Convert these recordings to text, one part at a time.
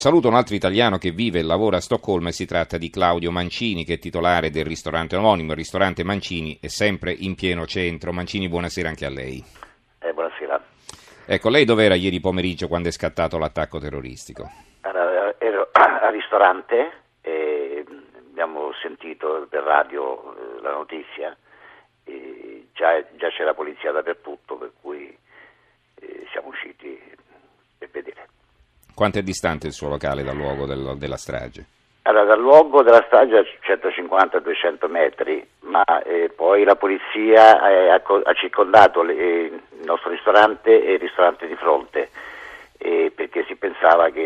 Saluto un altro italiano che vive e lavora a Stoccolma e si tratta di Claudio Mancini, che è titolare del ristorante omonimo. Il ristorante Mancini è sempre in pieno centro. Mancini, buonasera anche a lei. Buonasera. Ecco, lei dov'era ieri pomeriggio quando è scattato l'attacco terroristico? Ero al ristorante e abbiamo sentito per radio la notizia e già c'è la polizia dappertutto, per cui siamo usciti per vedere. Quanto è distante il suo locale dal luogo della strage? Allora, dal luogo della strage a 150-200 metri, ma poi la polizia ha circondato il nostro ristorante e il ristorante di fronte, perché si pensava che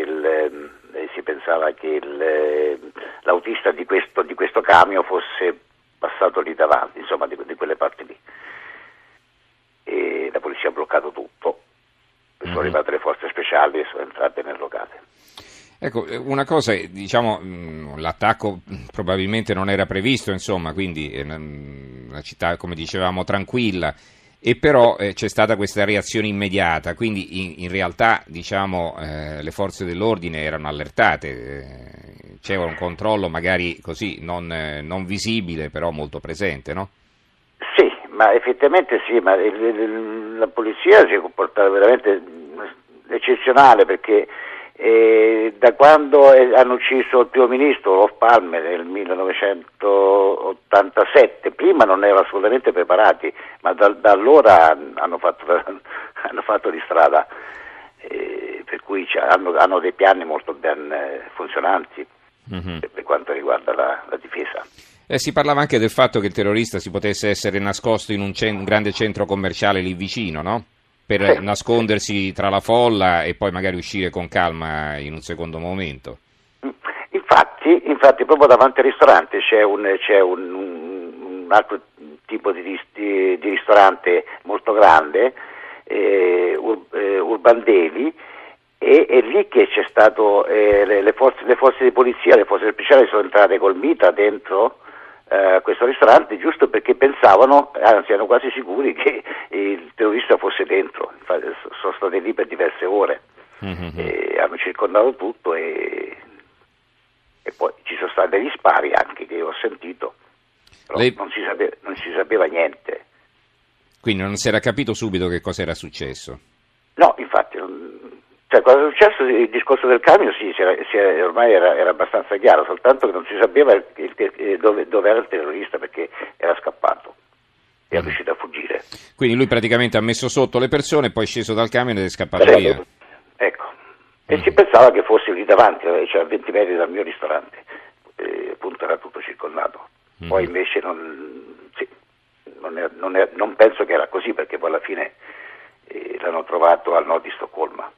l'autista di questo camion fosse passato lì davanti, insomma di quelle parti lì. E la polizia ha bloccato tutto. Sono arrivate le forze speciali e sono entrate nel locale. Ecco, una cosa, diciamo, l'attacco probabilmente non era previsto, insomma, quindi è una città, come dicevamo, tranquilla, e però c'è stata questa reazione immediata, quindi in realtà, diciamo, le forze dell'ordine erano allertate, c'era un controllo magari così non visibile, però molto presente, no? Sì, ma effettivamente sì, ma la polizia si è comportata veramente eccezionale, perché da quando hanno ucciso il primo ministro Olof Palme nel 1987, prima non erano assolutamente preparati, ma da allora hanno fatto di strada, per cui hanno dei piani molto ben funzionanti per quanto riguarda la difesa. Si parlava anche del fatto che il terrorista si potesse essere nascosto in un grande centro commerciale lì vicino, no? Per nascondersi tra la folla e poi magari uscire con calma in un secondo momento. Infatti proprio davanti al ristorante c'è un altro tipo di ristorante molto grande, Urban Deli, e è lì che c'è stato le forze di polizia, le forze speciali sono entrate col mitra dentro questo ristorante, giusto perché pensavano, anzi erano quasi sicuri che il terrorista fosse dentro. Infatti sono stati lì per diverse ore, hanno circondato tutto e poi ci sono stati degli spari anche che io ho sentito, però non si sapeva niente. Quindi non si era capito subito che cosa era successo? No, infatti cosa è successo? Il discorso del camion ormai era abbastanza chiaro, soltanto che non si sapeva dove era il terrorista, perché era scappato e è riuscito a fuggire. Quindi lui praticamente ha messo sotto le persone, poi è sceso dal camion ed è scappato via. Ecco. E si pensava che fosse lì davanti, cioè a 20 metri dal mio ristorante, appunto era tutto circondato. Poi invece non penso che era così, perché poi alla fine l'hanno trovato al nord di Stoccolma.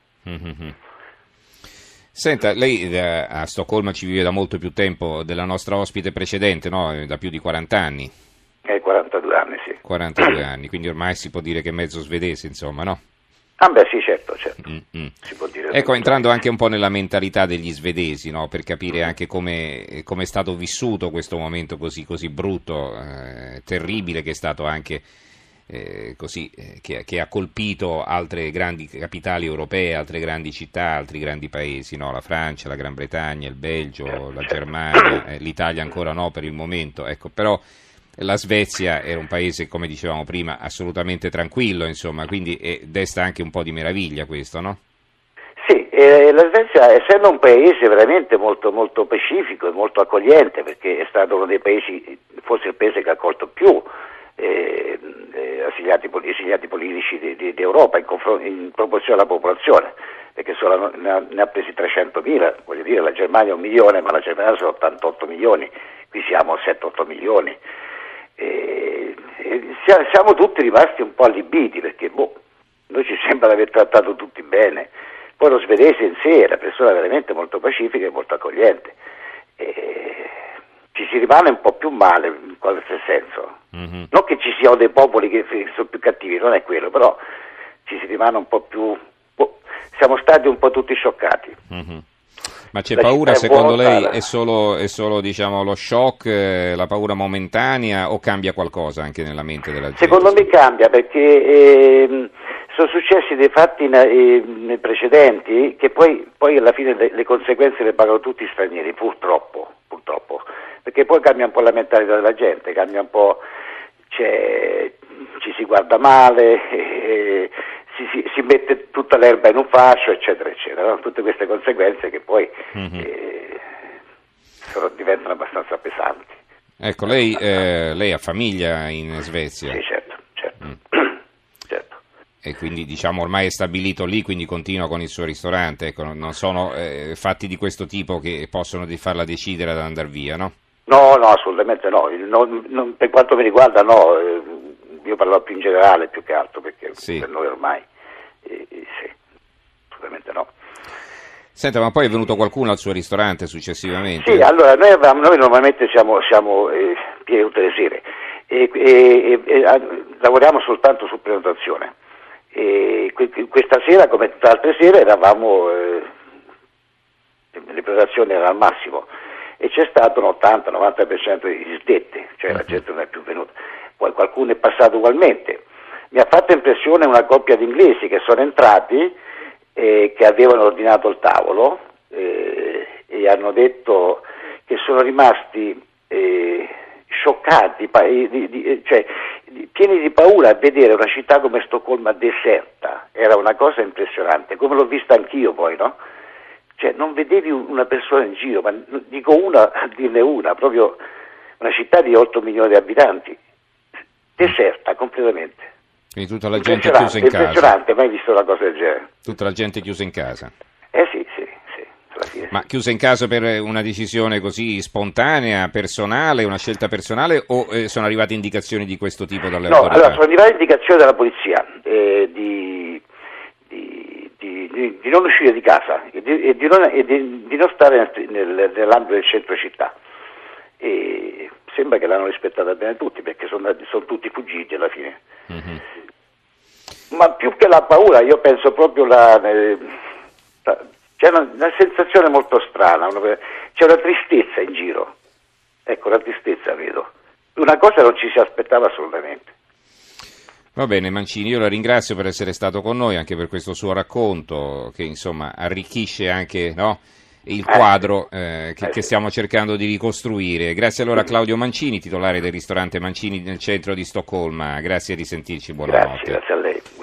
Senta, lei a Stoccolma ci vive da molto più tempo della nostra ospite precedente, no? Da più di 40 anni. 42 anni, sì. 42 anni, quindi ormai si può dire che è mezzo svedese, insomma, no? Ah beh, sì, certo. Si può dire. Ecco, entrando anche un po' nella mentalità degli svedesi, no? Per capire anche come è stato vissuto questo momento così brutto, terribile, che è stato anche che ha colpito altre grandi capitali europee, altre grandi città, altri grandi paesi, no? La Francia, la Gran Bretagna, il Belgio, la Germania, l'Italia ancora no per il momento, ecco, però la Svezia era un paese, come dicevamo prima, assolutamente tranquillo, insomma, quindi desta anche un po' di meraviglia questo, no? Sì, la Svezia, essendo un paese veramente molto, molto pacifico e molto accogliente, perché è stato uno dei paesi, forse il paese che ha accolto più esiliati politici d'Europa in proporzione alla popolazione, perché ne ha presi 300.000, voglio dire, la Germania è 1 milione, ma la Germania sono 88 milioni, qui siamo a 7-8 milioni. Siamo tutti rimasti un po' allibiti, perché noi ci sembra di aver trattato tutti bene. Poi lo svedese in sé è una persona veramente molto pacifica e molto accogliente. Ci si rimane un po' più male in qualche senso. Non che ci siano dei popoli che sono più cattivi, non è quello, però ci si rimane un po' più. Siamo stati un po' tutti scioccati. Ma c'è paura, secondo lei, è solo diciamo lo shock, la paura momentanea, o cambia qualcosa anche nella mente della gente? Secondo me cambia, perché sono successi dei fatti precedenti che poi alla fine le conseguenze le pagano tutti gli stranieri, purtroppo, perché poi cambia un po' la mentalità della gente, cambia un po', ci si guarda male, si mette tutta l'erba in un fascio, eccetera, eccetera, no? Tutte queste conseguenze che poi diventano abbastanza pesanti. Ecco, lei ha famiglia in Svezia? Sì, certo. Certo. E quindi diciamo ormai è stabilito lì, quindi continua con il suo ristorante, ecco, non sono fatti di questo tipo che possono farla decidere ad andare via, no? No, assolutamente no. Per quanto mi riguarda no, io parlo più in generale più che altro, perché per noi ormai sì, assolutamente no. Senta, ma poi è venuto qualcuno al suo ristorante successivamente? Sì, allora noi normalmente siamo pieni tutte le sere e lavoriamo soltanto su prenotazione. E questa sera, come tutte le altre sere, eravamo le prenotazioni erano al massimo e c'è stato un 80-90% di disdette, cioè la gente non è più venuta. Poi qualcuno è passato ugualmente. Mi ha fatto impressione una coppia di inglesi che sono entrati che avevano ordinato il tavolo e hanno detto che sono rimasti scioccati, cioè pieni di paura a vedere una città come Stoccolma deserta. Era una cosa impressionante, come l'ho vista anch'io poi, no? Cioè non vedevi una persona in giro, ma dico una a dirne una, proprio una città di 8 milioni di abitanti, deserta completamente. Quindi tutta la gente chiusa in casa. Impressionante, mai visto una cosa del genere. Tutta la gente chiusa in casa. Sì, alla fine. Ma chiusa in casa per una decisione così spontanea, personale, una scelta personale, o sono arrivate indicazioni di questo tipo dalle autorità? No, allora sono arrivate indicazioni dalla polizia di non uscire di casa e di non stare nell'ambito del centro città. E sembra che l'hanno rispettata bene tutti, perché sono tutti fuggiti alla fine. Ma più che la paura, io penso proprio c'è una sensazione molto strana, c'è una tristezza in giro, ecco, la tristezza vedo, una cosa non ci si aspettava assolutamente. Va bene Mancini, io la ringrazio per essere stato con noi, anche per questo suo racconto che insomma arricchisce anche, no, il quadro che stiamo cercando di ricostruire. Grazie allora a Claudio Mancini, titolare del ristorante Mancini nel centro di Stoccolma, grazie di sentirci, buonanotte. Grazie a lei.